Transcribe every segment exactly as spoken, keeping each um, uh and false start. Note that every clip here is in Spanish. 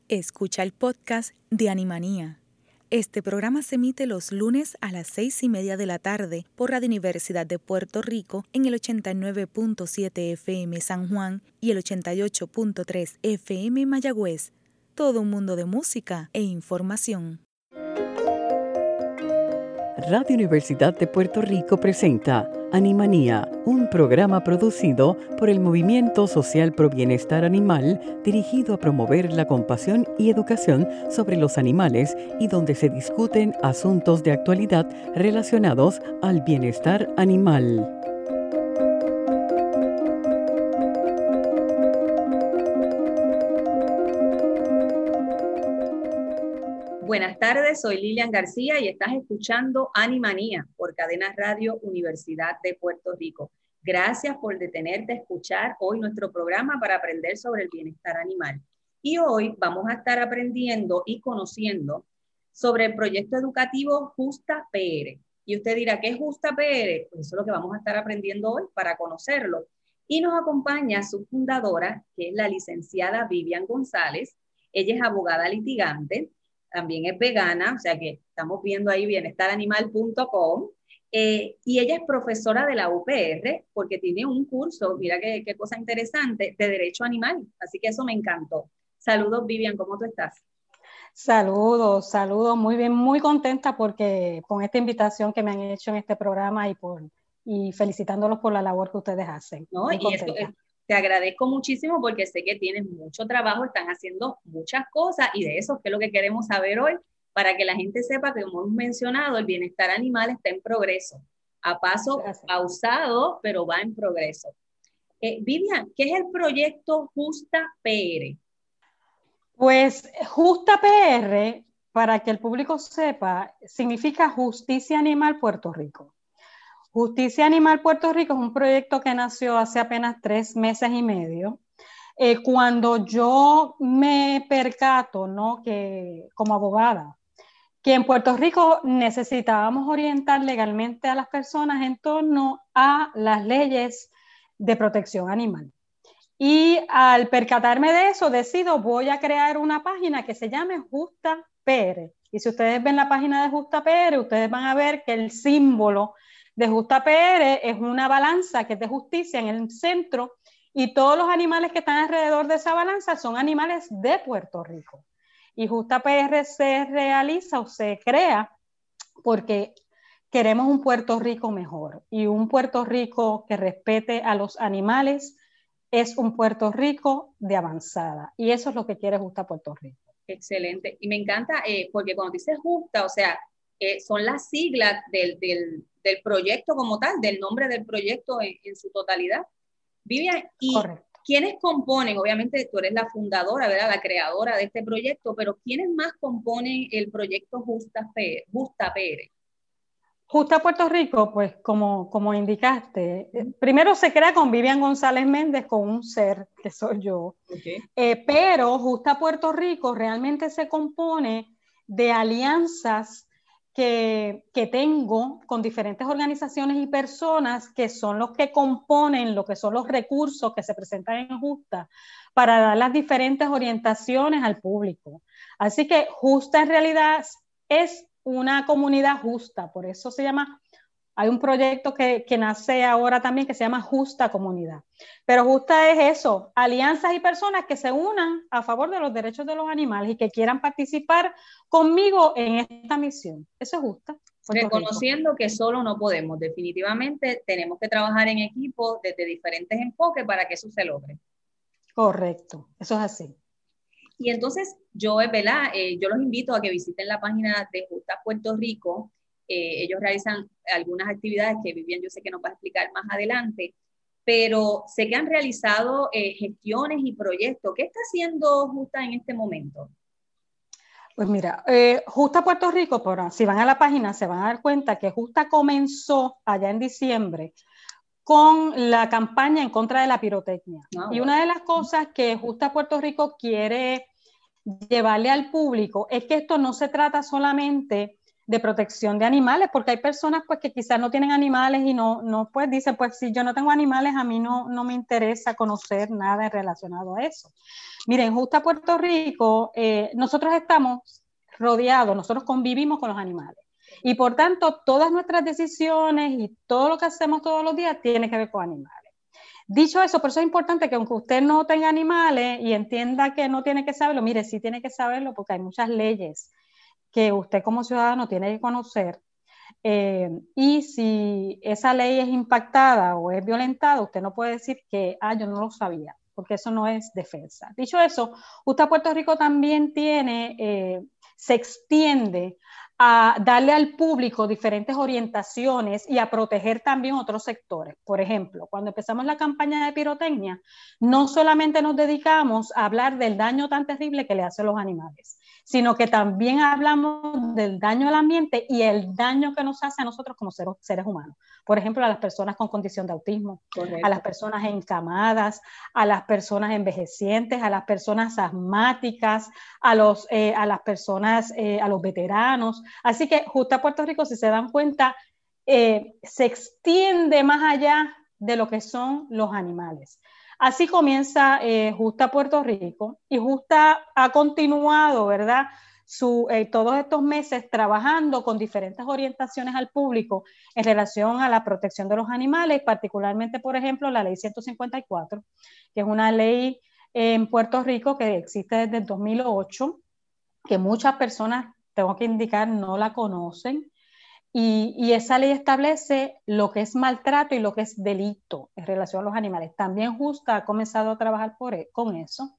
Escucha el podcast de Animanía. Este programa se emite los lunes a las seis y media de la tarde por Radio Universidad de Puerto Rico en el ochenta y nueve punto siete F M San Juan y el ochenta y ocho punto tres F M Mayagüez. Todo un mundo de música e información. Radio Universidad de Puerto Rico presenta Animanía, un programa producido por el Movimiento Social Pro Bienestar Animal dirigido a promover la compasión y educación sobre los animales y donde se discuten asuntos de actualidad relacionados al bienestar animal. Buenas tardes, soy Lilian García y estás escuchando Animanía por Cadena Radio Universidad de Puerto Rico. Gracias por detenerte a escuchar hoy nuestro programa para aprender sobre el bienestar animal. Y hoy vamos a estar aprendiendo y conociendo sobre el proyecto educativo Justa P R. Y usted dirá, ¿qué es Justa P R? Pues eso es lo que vamos a estar aprendiendo hoy para conocerlo. Y nos acompaña su fundadora, que es la licenciada Vivian González. Ella es abogada litigante. También es vegana, o sea que estamos viendo ahí bienestar animal punto com, eh, y ella es profesora de la U P R porque tiene un curso, mira qué, qué cosa interesante, de derecho animal, así que eso me encantó. Saludos, Vivian, ¿cómo tú estás? Saludos, saludos, muy bien, muy contenta porque con esta invitación que me han hecho en este programa y, por, y felicitándolos por la labor que ustedes hacen. No, y eso es, te agradezco muchísimo porque sé que tienes mucho trabajo, están haciendo muchas cosas y de eso es lo que queremos saber hoy para que la gente sepa que, como hemos mencionado, el bienestar animal está en progreso, a paso Gracias. pausado, pero va en progreso. Eh, Vivian, ¿qué es el proyecto Justa P R? Pues Justa P R, para que el público sepa, significa Justicia Animal Puerto Rico. Justicia Animal Puerto Rico es un proyecto que nació hace apenas tres meses y medio. Eh, cuando yo me percato, ¿no?, que como abogada, que en Puerto Rico necesitábamos orientar legalmente a las personas en torno a las leyes de protección animal. Y al percatarme de eso, decido, voy a crear una página que se llame Justa P R. Y si ustedes ven la página de Justa P R, ustedes van a ver que el símbolo de Justa P R es una balanza que es de justicia en el centro y todos los animales que están alrededor de esa balanza son animales de Puerto Rico. Y Justa P R se realiza o se crea porque queremos un Puerto Rico mejor y un Puerto Rico que respete a los animales es un Puerto Rico de avanzada y eso es lo que quiere Justa Puerto Rico. Excelente. Y me encanta eh, porque cuando dices Justa, o sea, eh, son las siglas del, del, del proyecto como tal, del nombre del proyecto en, en su totalidad. Vivian, ¿y Correcto. quiénes componen? Obviamente tú eres la fundadora, ¿verdad?, la creadora de este proyecto, pero ¿quiénes más componen el proyecto Justa P R? Justa P R? Justa Puerto Rico, pues como, como indicaste, eh, primero se crea con Vivian González Méndez, con un ser que soy yo, okay. eh, pero Justa Puerto Rico realmente se compone de alianzas que, que tengo con diferentes organizaciones y personas que son los que componen lo que son los recursos que se presentan en Justa para dar las diferentes orientaciones al público. Así que Justa en realidad es una comunidad justa, por eso se llama, hay un proyecto que, que nace ahora también que se llama Justa Comunidad, pero Justa es eso, alianzas y personas que se unan a favor de los derechos de los animales y que quieran participar conmigo en esta misión, eso es Justa. Reconociendo que solo no podemos, definitivamente tenemos que trabajar en equipo desde diferentes enfoques para que eso se logre. Correcto, eso es así. Y entonces yo, ¿verdad? Eh, yo los invito a que visiten la página de Justa Puerto Rico. Eh, ellos realizan algunas actividades que Vivian yo sé que nos va a explicar más adelante, pero sé que han realizado eh, gestiones y proyectos. ¿Qué está haciendo Justa en este momento? Pues mira, eh, Justa Puerto Rico, por, si van a la página se van a dar cuenta que Justa comenzó allá en diciembre con la campaña en contra de la pirotecnia. Oh, y una de las cosas que Justa Puerto Rico quiere llevarle al público es que esto no se trata solamente de protección de animales, porque hay personas pues que quizás no tienen animales y no, no pues dicen, pues si yo no tengo animales, a mí no, no me interesa conocer nada relacionado a eso. Miren, Justa Puerto Rico, eh, nosotros estamos rodeados, nosotros convivimos con los animales. Y por tanto, todas nuestras decisiones y todo lo que hacemos todos los días tiene que ver con animales. Dicho eso, por eso es importante que aunque usted no tenga animales y entienda que no tiene que saberlo, mire, sí tiene que saberlo porque hay muchas leyes que usted como ciudadano tiene que conocer. Eh, y si esa ley es impactada o es violentada, usted no puede decir que, ah, yo no lo sabía, porque eso no es defensa. Dicho eso, Justa Puerto Rico también tiene, eh, se extiende a darle al público diferentes orientaciones y a proteger también otros sectores. Por ejemplo, cuando empezamos la campaña de pirotecnia, no solamente nos dedicamos a hablar del daño tan terrible que le hacen los animales, sino que también hablamos del daño al ambiente y el daño que nos hace a nosotros como seres, seres humanos. Por ejemplo, a las personas con condición de autismo, correcto, a las personas encamadas, a las personas envejecientes, a las personas asmáticas, a, los, eh, a las personas, eh, a los veteranos. Así que Justa Puerto Rico, si se dan cuenta, eh, se extiende más allá de lo que son los animales. Así comienza eh, Justa Puerto Rico, y Justa ha continuado, ¿verdad?, Su, eh, todos estos meses trabajando con diferentes orientaciones al público en relación a la protección de los animales, particularmente, por ejemplo, la ley ciento cincuenta y cuatro, que es una ley eh, en Puerto Rico que existe desde el dos mil ocho, que muchas personas, tengo que indicar, no la conocen. Y, y esa ley establece lo que es maltrato y lo que es delito en relación a los animales. También Justa ha comenzado a trabajar por, con eso.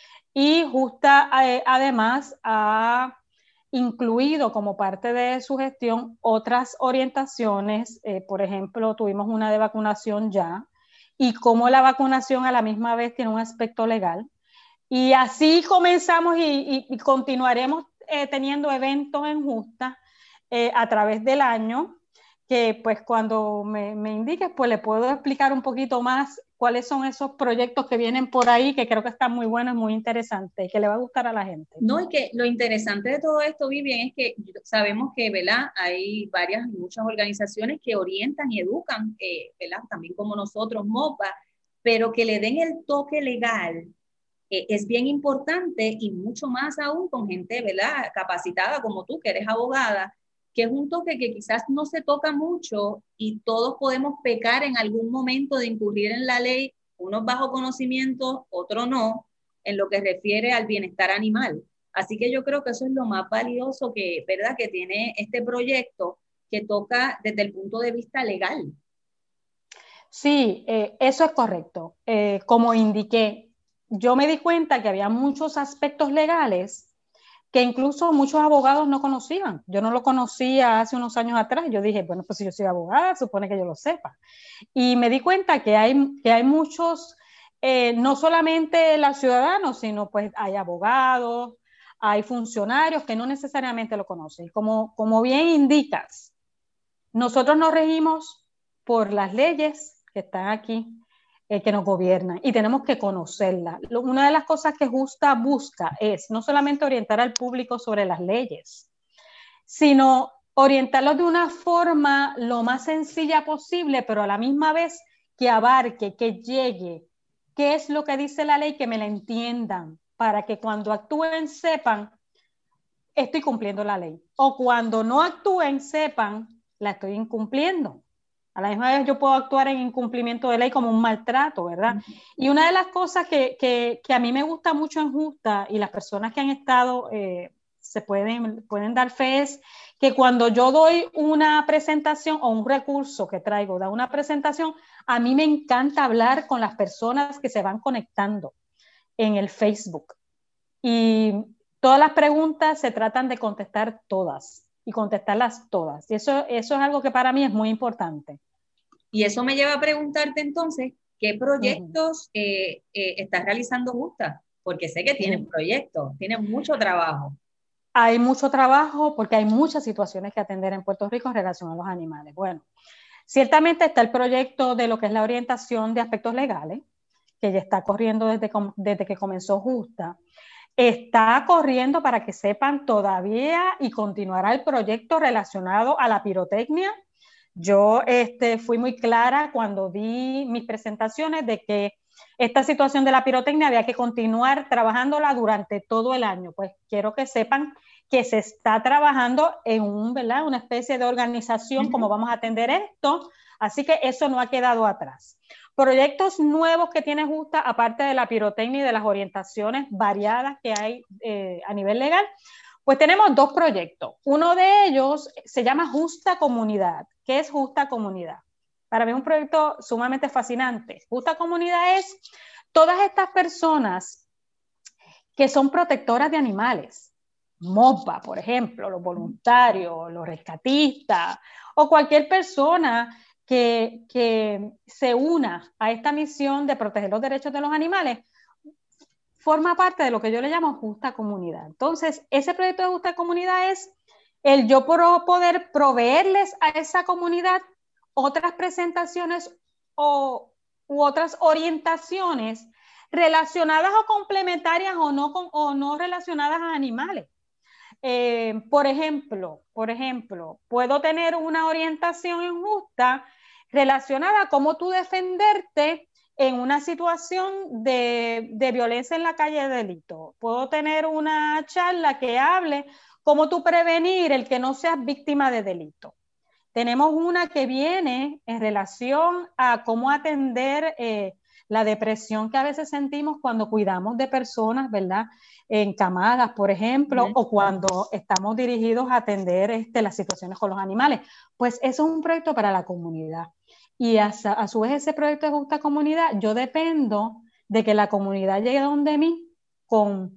Y Justa eh, además ha incluido como parte de su gestión otras orientaciones. Eh, por ejemplo, tuvimos una de vacunación ya, y cómo la vacunación a la misma vez tiene un aspecto legal. Y así comenzamos y, y, y continuaremos eh, teniendo eventos en Justa Eh, a través del año, que pues cuando me, me indiques, pues le puedo explicar un poquito más cuáles son esos proyectos que vienen por ahí, que creo que están muy buenos y muy interesantes, y que le va a gustar a la gente. No, y que lo interesante de todo esto, Vivian, es que sabemos que, ¿verdad?, hay varias, muchas organizaciones que orientan y educan, eh, ¿verdad?, también como nosotros, MOPA, pero que le den el toque legal eh, es bien importante, y mucho más aún con gente, ¿verdad?, capacitada como tú, que eres abogada, que es un toque que quizás no se toca mucho y todos podemos pecar en algún momento de incurrir en la ley, unos bajo conocimiento, otros no, en lo que refiere al bienestar animal. Así que yo creo que eso es lo más valioso que, ¿verdad?, que tiene este proyecto, que toca desde el punto de vista legal. Sí, eh, eso es correcto. Eh, como indiqué, yo me di cuenta que había muchos aspectos legales que incluso muchos abogados no conocían. Yo no lo conocía hace unos años atrás. Yo dije, bueno, pues si yo soy abogada, supone que yo lo sepa. Y me di cuenta que hay, que hay muchos, eh, no solamente los ciudadanos, sino pues hay abogados, hay funcionarios que no necesariamente lo conocen. Como, como bien indicas, nosotros nos regimos por las leyes que están aquí, Eh, que nos gobiernan, y tenemos que conocerla. Una de las cosas que Justa busca es no solamente orientar al público sobre las leyes, sino orientarlos de una forma lo más sencilla posible, pero a la misma vez que abarque, que llegue, qué es lo que dice la ley, que me la entiendan, para que cuando actúen sepan, estoy cumpliendo la ley, o cuando no actúen sepan, la estoy incumpliendo. A la misma vez yo puedo actuar en incumplimiento de ley como un maltrato, ¿verdad? Uh-huh. Y una de las cosas que, que, que a mí me gusta mucho en Justa, y las personas que han estado eh, se pueden, pueden dar fe, es que cuando yo doy una presentación o un recurso que traigo, da una presentación, a mí me encanta hablar con las personas que se van conectando en el Facebook. Y todas las preguntas se tratan de contestar todas. Y contestarlas todas. Y eso, eso es algo que para mí es muy importante. Y eso me lleva a preguntarte entonces, ¿qué proyectos uh-huh. eh, eh, estás realizando Justa? Porque sé que tienen uh-huh. proyectos, tienen mucho trabajo. Hay mucho trabajo porque hay muchas situaciones que atender en Puerto Rico en relación a los animales. Bueno, ciertamente está el proyecto de lo que es la orientación de aspectos legales, que ya está corriendo desde, desde que comenzó Justa. está corriendo, para que sepan, todavía y continuará el proyecto relacionado a la pirotecnia. Yo este, fui muy clara cuando di mis presentaciones de que esta situación de la pirotecnia había que continuar trabajándola durante todo el año. Pues quiero que sepan que se está trabajando en un, ¿verdad? Una especie de organización, uh-huh. Cómo vamos a atender esto, así que eso no ha quedado atrás. Proyectos nuevos que tiene Justa, aparte de la pirotecnia y de las orientaciones variadas que hay eh, a nivel legal, pues tenemos dos proyectos. Uno de ellos se llama Justa Comunidad. ¿Qué es Justa Comunidad? Para mí es un proyecto sumamente fascinante. Justa Comunidad es todas estas personas que son protectoras de animales. MOPA, por ejemplo, los voluntarios, los rescatistas, o cualquier persona que, que se una a esta misión de proteger los derechos de los animales, forma parte de lo que yo le llamo Justa Comunidad. Entonces, ese proyecto de Justa Comunidad es el yo poder proveerles a esa comunidad otras presentaciones o, u otras orientaciones relacionadas o complementarias o no, con, o no relacionadas a animales. Eh, por ejemplo, por ejemplo, puedo tener una orientación en Justa relacionada a cómo tú defenderte en una situación de, de violencia en la calle de delito. Puedo tener una charla que hable cómo tú prevenir el que no seas víctima de delito. Tenemos una que viene en relación a cómo atender eh, la depresión que a veces sentimos cuando cuidamos de personas, ¿verdad? Encamadas, por ejemplo, uh-huh. O cuando estamos dirigidos a atender este, las situaciones con los animales. Pues eso es un proyecto para la comunidad. Y a, a su vez ese proyecto de Justa Comunidad, yo dependo de que la comunidad llegue donde mí con,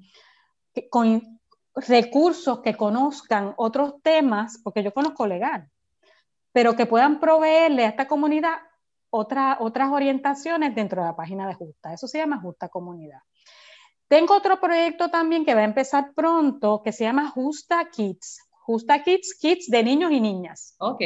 con recursos que conozcan otros temas, porque yo conozco legal, pero que puedan proveerle a esta comunidad otra, otras orientaciones dentro de la página de Justa. Eso se llama Justa Comunidad. Tengo otro proyecto también que va a empezar pronto que se llama Justa Kids. Justa Kids, Kids de niños y niñas. Ok.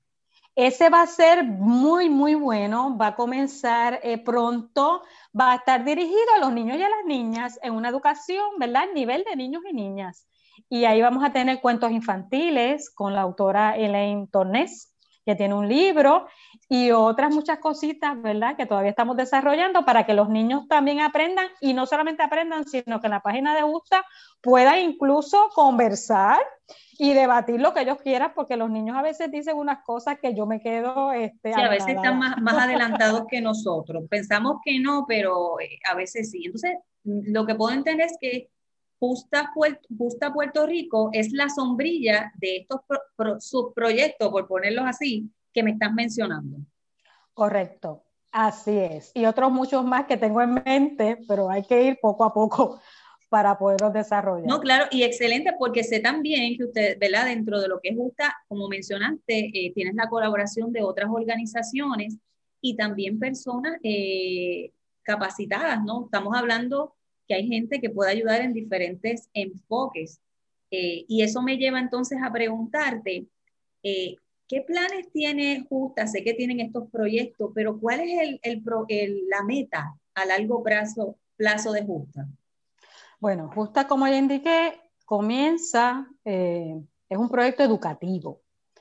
Ese va a ser muy, muy bueno, va a comenzar eh, pronto, va a estar dirigido a los niños y a las niñas en una educación, ¿verdad? A nivel de niños y niñas. Y ahí vamos a tener cuentos infantiles con la autora Elaine Tornés, que tiene un libro, y otras muchas cositas, ¿verdad? Que todavía estamos desarrollando para que los niños también aprendan, y no solamente aprendan, sino que en la página de Justa puedan incluso conversar y debatir lo que ellos quieran, porque los niños a veces dicen unas cosas que yo me quedo... Este, sí, a veces están más, más adelantados que nosotros. Pensamos que no, pero a veces sí. Entonces, lo que puedo entender es que Justa, Justa Puerto Rico es la sombrilla de estos pro, pro, subproyectos, por ponerlos así, que me estás mencionando. Correcto, así es. Y otros muchos más que tengo en mente, pero hay que ir poco a poco para poderlos desarrollar. No, claro, y excelente, porque sé también que usted, ¿verdad? Dentro de lo que es Justa, como mencionaste, eh, tienes la colaboración de otras organizaciones y también personas eh, capacitadas, ¿no? Estamos hablando que hay gente que puede ayudar en diferentes enfoques. Eh, y eso me lleva entonces a preguntarte, eh, ¿qué planes tiene Justa? Sé que tienen estos proyectos, pero ¿cuál es el, el, el, la meta a largo plazo, plazo de Justa? Bueno, Justa, como ya indiqué, comienza, eh, es un proyecto educativo.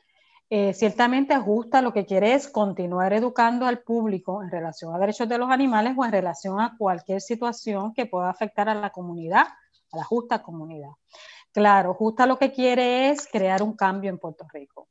Eh, ciertamente Justa lo que quiere es continuar educando al público en relación a derechos de los animales o en relación a cualquier situación que pueda afectar a la comunidad, a la justa comunidad. Claro, Justa lo que quiere es crear un cambio en Puerto Rico.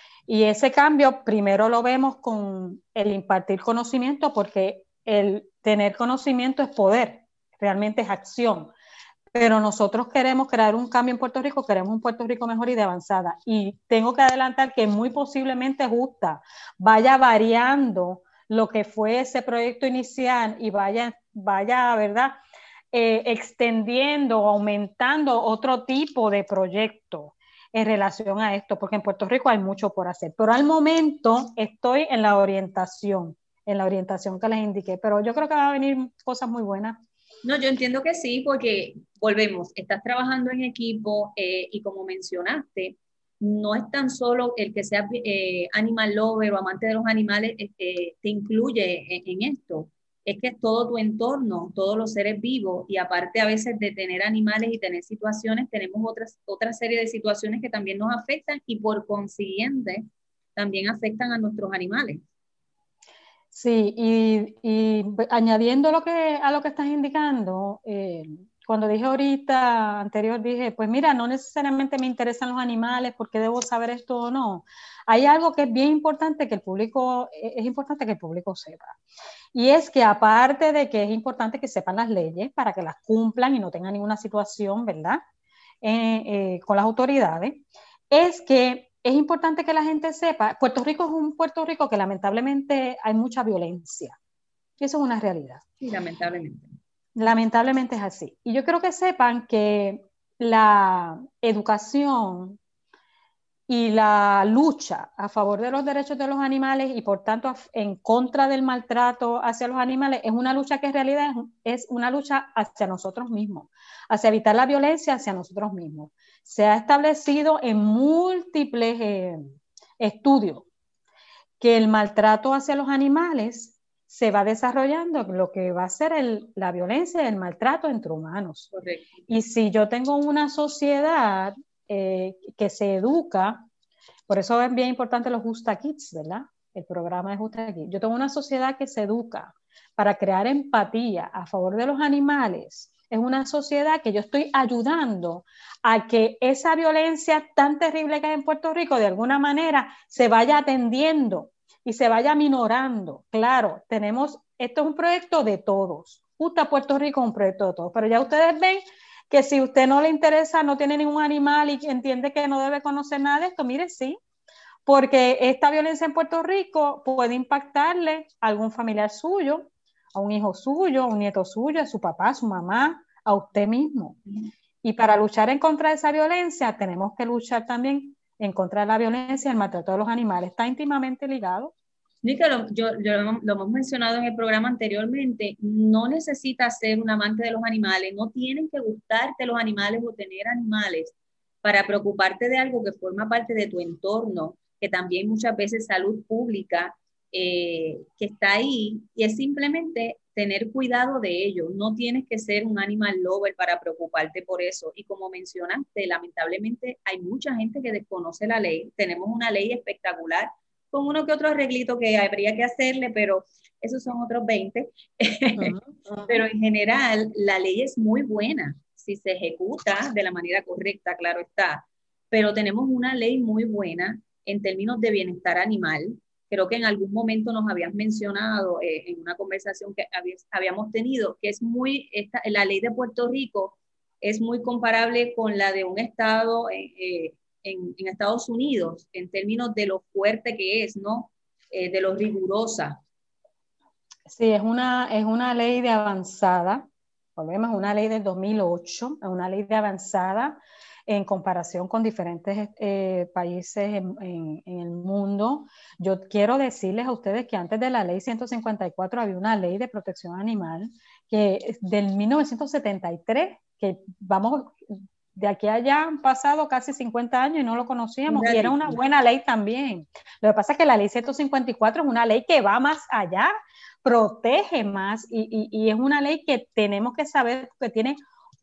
Y ese cambio primero lo vemos con el impartir conocimiento, porque el tener conocimiento es poder, realmente es acción. Pero nosotros queremos crear un cambio en Puerto Rico, queremos un Puerto Rico mejor y de avanzada. Y tengo que adelantar que muy posiblemente Justa vaya variando lo que fue ese proyecto inicial y vaya, vaya ¿verdad? Eh, extendiendo o aumentando otro tipo de proyecto en relación a esto, porque en Puerto Rico hay mucho por hacer. Pero al momento estoy en la orientación, en la orientación que les indiqué, pero yo creo que van a venir cosas muy buenas. No, yo entiendo que sí, porque volvemos, estás trabajando en equipo eh, y como mencionaste, no es tan solo el que sea eh, animal lover o amante de los animales, eh, te incluye en, en esto. es que todo tu entorno, todos los seres vivos, y aparte a veces de tener animales y tener situaciones, tenemos otras, otra serie de situaciones que también nos afectan y por consiguiente también afectan a nuestros animales. Sí, y, y añadiendo lo que, a lo que estás indicando, eh, cuando dije ahorita, anterior, dije, pues mira, no necesariamente me interesan los animales porque debo saber esto o no. Hay algo que es bien importante que el público, es importante que el público sepa. Y es que aparte de que es importante que sepan las leyes para que las cumplan y no tengan ninguna situación, ¿verdad? Eh, eh, con las autoridades, es que es importante que la gente sepa, Puerto Rico es un Puerto Rico que lamentablemente hay mucha violencia. Eso es una realidad. Sí, lamentablemente. Lamentablemente es así. Y yo quiero que sepan que la educación y la lucha a favor de los derechos de los animales y por tanto en contra del maltrato hacia los animales es una lucha que en realidad es una lucha hacia nosotros mismos, hacia evitar la violencia hacia nosotros mismos. Se ha establecido en múltiples eh, estudios que el maltrato hacia los animales se va desarrollando lo que va a ser el, la violencia y el maltrato entre humanos. Correcto. Y si yo tengo una sociedad eh, que se educa, por eso es bien importante los Justa Kids, ¿verdad? El programa de Justa Kids. Yo tengo una sociedad que se educa para crear empatía a favor de los animales. Es una sociedad que yo estoy ayudando a que esa violencia tan terrible que hay en Puerto Rico de alguna manera se vaya atendiendo y se vaya minorando. Claro, tenemos, esto es un proyecto de todos. Justa Puerto Rico es un proyecto de todos, pero ya ustedes ven que si a usted no le interesa, no tiene ningún animal y entiende que no debe conocer nada de esto, mire, sí, porque esta violencia en Puerto Rico puede impactarle a algún familiar suyo, a un hijo suyo, a un nieto suyo, a su papá, a su mamá, a usted mismo. Y para luchar en contra de esa violencia, tenemos que luchar también en contra de la violencia y el maltrato de los animales. Está íntimamente ligado. Nica, lo, yo, yo lo hemos mencionado en el programa anteriormente, no necesitas ser un amante de los animales, no tienen que gustarte los animales o tener animales para preocuparte de algo que forma parte de tu entorno, que también muchas veces salud pública, eh, que está ahí, y es simplemente tener cuidado de ello. No tienes que ser un animal lover para preocuparte por eso. Y como mencionaste, lamentablemente hay mucha gente que desconoce la ley. Tenemos una ley espectacular con uno que otro arreglito que habría que hacerle, pero esos son otros veinte. Uh-huh, uh-huh. Pero en general, la ley es muy buena si se ejecuta de la manera correcta, claro está. Pero tenemos una ley muy buena en términos de bienestar animal. Creo que en algún momento nos habías mencionado eh, en una conversación que habíamos tenido, que es muy, esta, la ley de Puerto Rico es muy comparable con la de un estado eh, eh, En, en Estados Unidos, en términos de lo fuerte que es, ¿no? Eh, de lo rigurosa. Sí, es una, es una ley de avanzada, volvemos, es una ley del dos mil ocho, es una ley de avanzada en comparación con diferentes eh, países en, en, en el mundo. Yo quiero decirles a ustedes que antes de la ley ciento cincuenta y cuatro había una ley de protección animal que del mil novecientos setenta y tres, que vamos... De aquí a allá han pasado casi cincuenta años y no lo conocíamos, y era una buena ley también. Lo que pasa es que la ley ciento cincuenta y cuatro es una ley que va más allá, protege más, y, y, y es una ley que tenemos que saber que tiene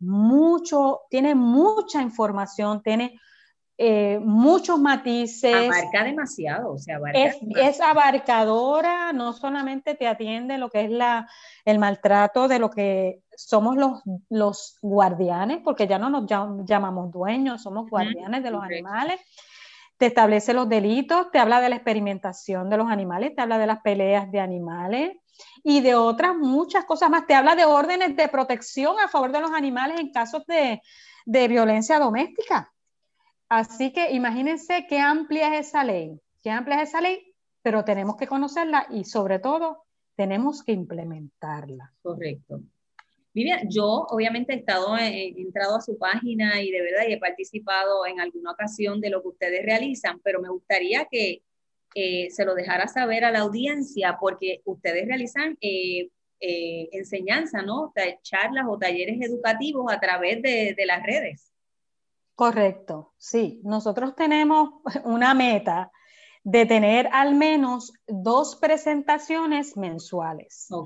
mucho, tiene mucha información, tiene eh, muchos matices. Abarca demasiado, o sea, abarca es, demasiado. Es abarcadora, no solamente te atiende lo que es la, el maltrato de lo que somos los, los guardianes, porque ya no nos llamamos dueños, somos guardianes de los animales. Te establece los delitos, te habla de la experimentación de los animales, te habla de las peleas de animales y de otras muchas cosas más. Te habla de órdenes de protección a favor de los animales en casos de, de violencia doméstica. Así que imagínense qué amplia es esa ley, qué amplia es esa ley, pero tenemos que conocerla y sobre todo tenemos que implementarla. Correcto. Vivian, yo obviamente he estado, he entrado a su página y de verdad y he participado en alguna ocasión de lo que ustedes realizan, pero me gustaría que eh, se lo dejara saber a la audiencia, porque ustedes realizan eh, eh, enseñanza, ¿no? Charlas o talleres educativos a través de, de las redes. Correcto, sí. Nosotros tenemos una meta de tener al menos dos presentaciones mensuales. Okay.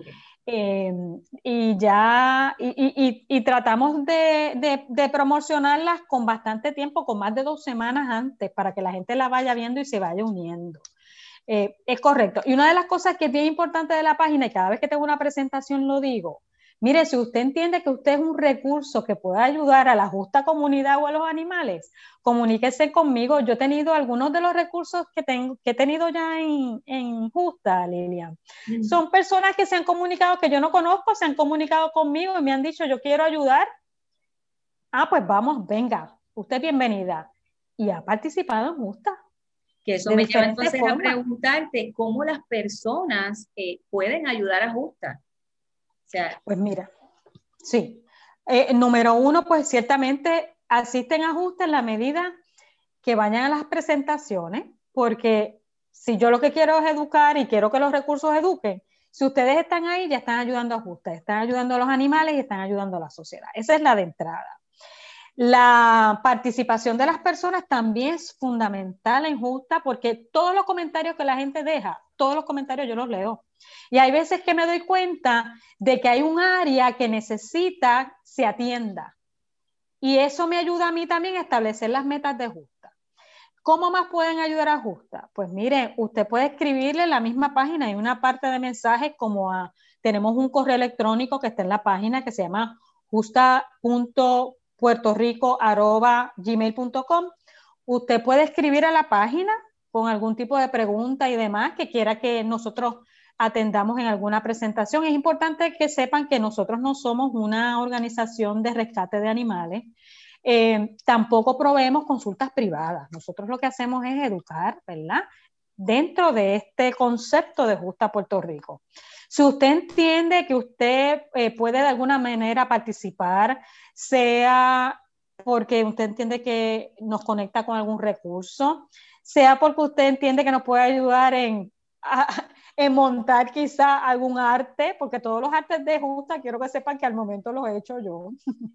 Eh, y ya, y, y, y tratamos de, de, de promocionarlas con bastante tiempo, con más de dos semanas antes, para que la gente la vaya viendo y se vaya uniendo. Eh, es correcto. Y una de las cosas que es bien importante de la página, y cada vez que tengo una presentación lo digo, mire, si usted entiende que usted es un recurso que puede ayudar a la justa comunidad o a los animales, comuníquese conmigo. Yo he tenido algunos de los recursos que, tengo, que he tenido ya en, en Justa, Lilian. Mm. Son personas que se han comunicado, que yo no conozco, se han comunicado conmigo y me han dicho, yo quiero ayudar. Ah, pues vamos, venga, usted es bienvenida. Y ha participado en Justa. Que eso me lleva entonces formas. a preguntarte cómo las personas eh, pueden ayudar a Justa. O sea, pues mira, sí. Eh, número uno, pues ciertamente asisten a Justa en la medida que vayan a las presentaciones, porque si yo lo que quiero es educar y quiero que los recursos eduquen, si ustedes están ahí, ya están ayudando a Justa, están ayudando a los animales y están ayudando a la sociedad. Esa es la de entrada. La participación de las personas también es fundamental en Justa, porque todos los comentarios que la gente deja, todos los comentarios yo los leo. Y hay veces que me doy cuenta de que hay un área que necesita se atienda. Y eso me ayuda a mí también a establecer las metas de Justa. ¿Cómo más pueden ayudar a Justa? Pues mire, usted puede escribirle en la misma página, hay una parte de mensajes como a, tenemos un correo electrónico que está en la página que se llama justa punto puertorrico arroba gmail punto com. Usted puede escribir a la página con algún tipo de pregunta y demás que quiera que nosotros atendamos en alguna presentación. Es importante que sepan que nosotros no somos una organización de rescate de animales. Eh, tampoco proveemos consultas privadas. Nosotros lo que hacemos es educar, ¿verdad?, dentro de este concepto de Justa Puerto Rico. Si usted entiende que usted eh, puede de alguna manera participar, sea porque usted entiende que nos conecta con algún recurso, sea porque usted entiende que nos puede ayudar en, a, en montar quizá algún arte, porque todos los artes de Justa, quiero que sepan que al momento los he hecho yo.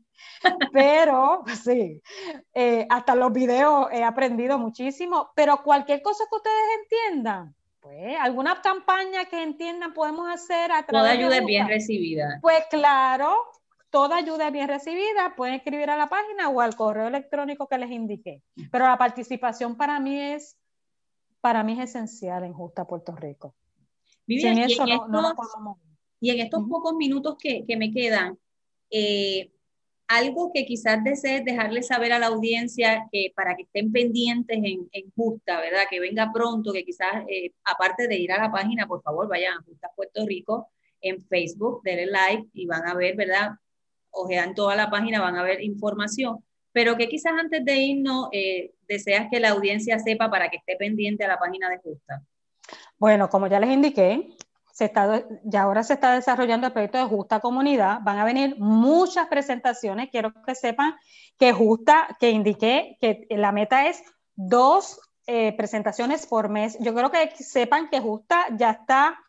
Pero, sí, eh, hasta los videos he aprendido muchísimo, pero cualquier cosa que ustedes entiendan, pues, alguna campaña que entiendan podemos hacer a través toda ayuda de es bien recibida. Pues claro, toda ayuda es bien recibida, pueden escribir a la página o al correo electrónico que les indiqué, pero la participación para mí es, para mí es esencial en Justa Puerto Rico. Vivian, Sin eso y, en no, estos, no nos podemos... y en estos uh-huh. pocos minutos que, que me quedan, eh, algo que quizás desees dejarle saber a la audiencia que para que estén pendientes en, en Justa, ¿verdad? Que venga pronto, que quizás, eh, aparte de ir a la página, por favor, vayan a Justa Puerto Rico en Facebook, denle like y van a ver, ¿verdad? Ojean toda la página, van a ver información, pero que quizás antes de irnos, eh, deseas que la audiencia sepa para que esté pendiente a la página de Justa. Bueno, como ya les indiqué, Se está, ya ahora se está desarrollando el proyecto de Justa Comunidad. Van a venir muchas presentaciones. Quiero que sepan que Justa, que indiqué que la meta es dos eh, presentaciones por mes. Yo creo que sepan que Justa ya está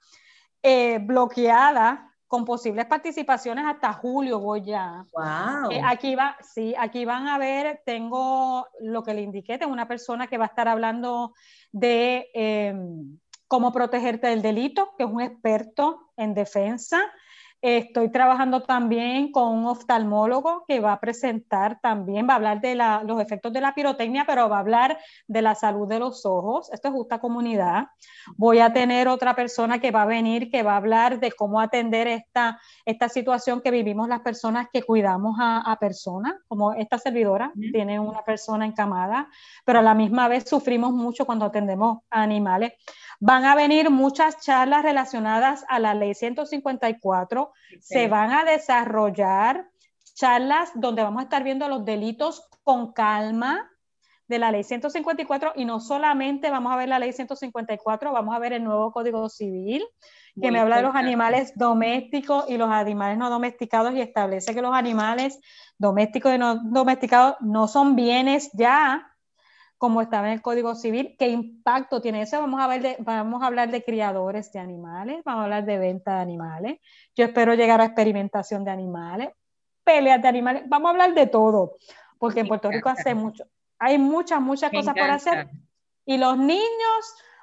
eh, bloqueada con posibles participaciones hasta julio. Voy ya. Wow. Eh, aquí va, sí, aquí van a ver, tengo lo que le indiqué, tengo una persona que va a estar hablando de... Eh, cómo protegerte del delito, que es un experto en defensa. Estoy trabajando también con un oftalmólogo que va a presentar también, va a hablar de la, los efectos de la pirotecnia, pero va a hablar de la salud de los ojos. Esto es Justa Comunidad. Voy a tener otra persona que va a venir, que va a hablar de cómo atender esta, esta situación que vivimos las personas que cuidamos a, a personas, como esta servidora, uh-huh. tiene una persona encamada, pero a la misma vez sufrimos mucho cuando atendemos a animales. Van a venir muchas charlas relacionadas a la ley ciento cincuenta y cuatro. Sí. Se van a desarrollar charlas donde vamos a estar viendo los delitos con calma de la ley ciento cincuenta y cuatro, y no solamente vamos a ver la ley ciento cincuenta y cuatro, vamos a ver el nuevo Código Civil, que Muy me habla de los animales domésticos y los animales no domesticados, y establece que los animales domésticos y no domesticados no son bienes ya, como estaba en el Código Civil. ¿Qué impacto tiene eso? Vamos a, ver de, vamos a hablar de criadores de animales, vamos a hablar de venta de animales. Yo espero llegar a experimentación de animales, peleas de animales, vamos a hablar de todo, porque en Puerto Rico hace mucho, hay muchas, muchas cosas por hacer. Y los niños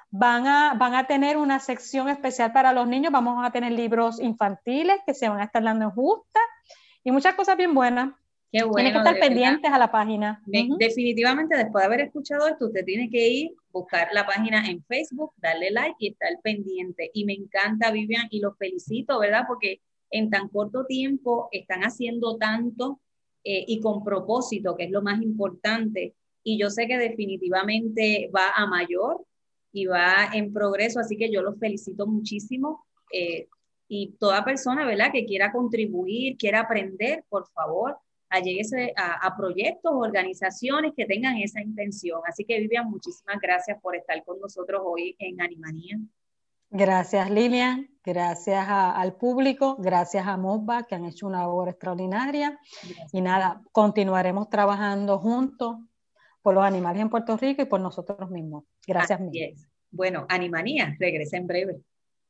Van a, van a tener una sección especial para los niños, vamos a tener libros infantiles que se van a estar dando en Justa y muchas cosas bien buenas. Qué bueno. Tienen que estar pendientes a la página. De, uh-huh. Definitivamente, después de haber escuchado esto, usted tiene que ir, buscar la página en Facebook, darle like y estar pendiente. Y me encanta, Vivian, y los felicito, ¿verdad? Porque en tan corto tiempo están haciendo tanto eh, y con propósito, que es lo más importante. Y yo sé que definitivamente va a mayor y va en progreso, así que yo los felicito muchísimo. Eh, y toda persona, ¿verdad?, que quiera contribuir, quiera aprender, por favor, alléguese a, a proyectos, organizaciones que tengan esa intención. Así que, Vivian, muchísimas gracias por estar con nosotros hoy en Animanía. Gracias, Lilian. Gracias a, al público. Gracias a MOSBA, que han hecho una obra extraordinaria. Gracias. Y nada, continuaremos trabajando juntos por los animales en Puerto Rico y por nosotros mismos. Gracias. Así es. Bueno, Animanía regresa en breve.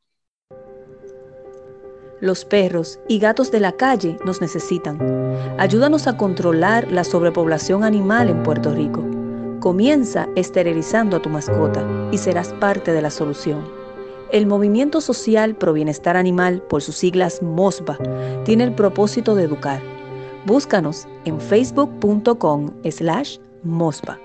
Los perros y gatos de la calle nos necesitan. Ayúdanos a controlar la sobrepoblación animal en Puerto Rico. Comienza esterilizando a tu mascota y serás parte de la solución. El Movimiento Social Pro Bienestar Animal, por sus siglas MOSBA, tiene el propósito de educar. Búscanos en facebook punto com slash MOSBA.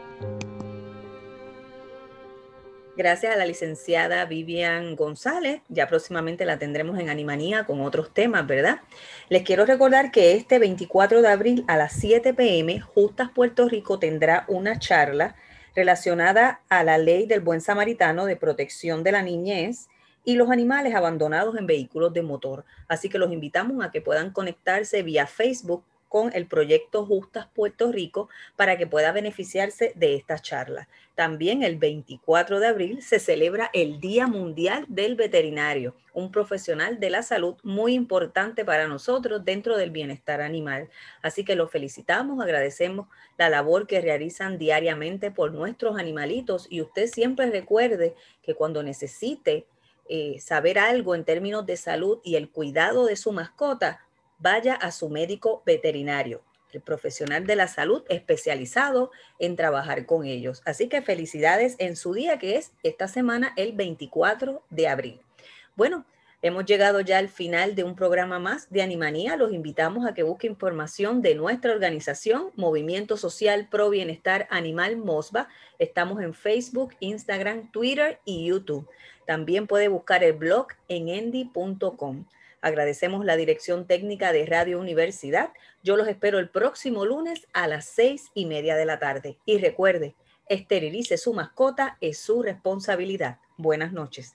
Gracias a la licenciada Vivian González, ya próximamente la tendremos en Animanía con otros temas, ¿verdad? Les quiero recordar que este veinticuatro de abril a las siete pe eme, Justas Puerto Rico tendrá una charla relacionada a la ley del buen samaritano de protección de la niñez y los animales abandonados en vehículos de motor. Así que los invitamos a que puedan conectarse vía Facebook con el proyecto Justas Puerto Rico para que pueda beneficiarse de esta charla. También el veinticuatro de abril se celebra el Día Mundial del Veterinario, un profesional de la salud muy importante para nosotros dentro del bienestar animal. Así que los felicitamos, agradecemos la labor que realizan diariamente por nuestros animalitos y usted siempre recuerde que cuando necesite eh, saber algo en términos de salud y el cuidado de su mascota, vaya a su médico veterinario, el profesional de la salud especializado en trabajar con ellos. Así que felicidades en su día, que es esta semana, el veinticuatro de abril. Bueno, hemos llegado ya al final de un programa más de Animanía. Los invitamos a que busque información de nuestra organización, Movimiento Social Pro Bienestar Animal MOSBA. Estamos en Facebook, Instagram, Twitter y YouTube. También puede buscar el blog en endy punto com. Agradecemos la dirección técnica de Radio Universidad. Yo los espero el próximo lunes a las seis y media de la tarde. Y recuerde, esterilice su mascota, es su responsabilidad. Buenas noches.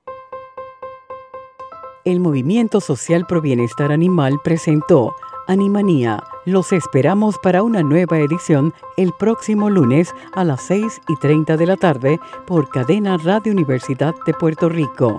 El Movimiento Social Pro Bienestar Animal presentó Animanía. Los esperamos para una nueva edición el próximo lunes a las seis y treinta de la tarde por Cadena Radio Universidad de Puerto Rico.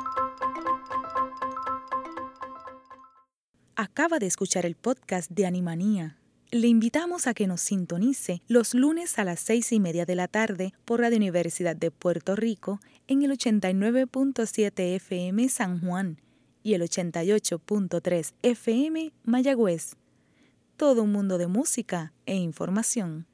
Acaba de escuchar el podcast de Animanía. Le invitamos a que nos sintonice los lunes a las seis y media de la tarde por Radio Universidad de Puerto Rico en el ochenta y nueve punto siete efe eme San Juan y el ochenta y ocho punto tres efe eme Mayagüez. Todo un mundo de música e información.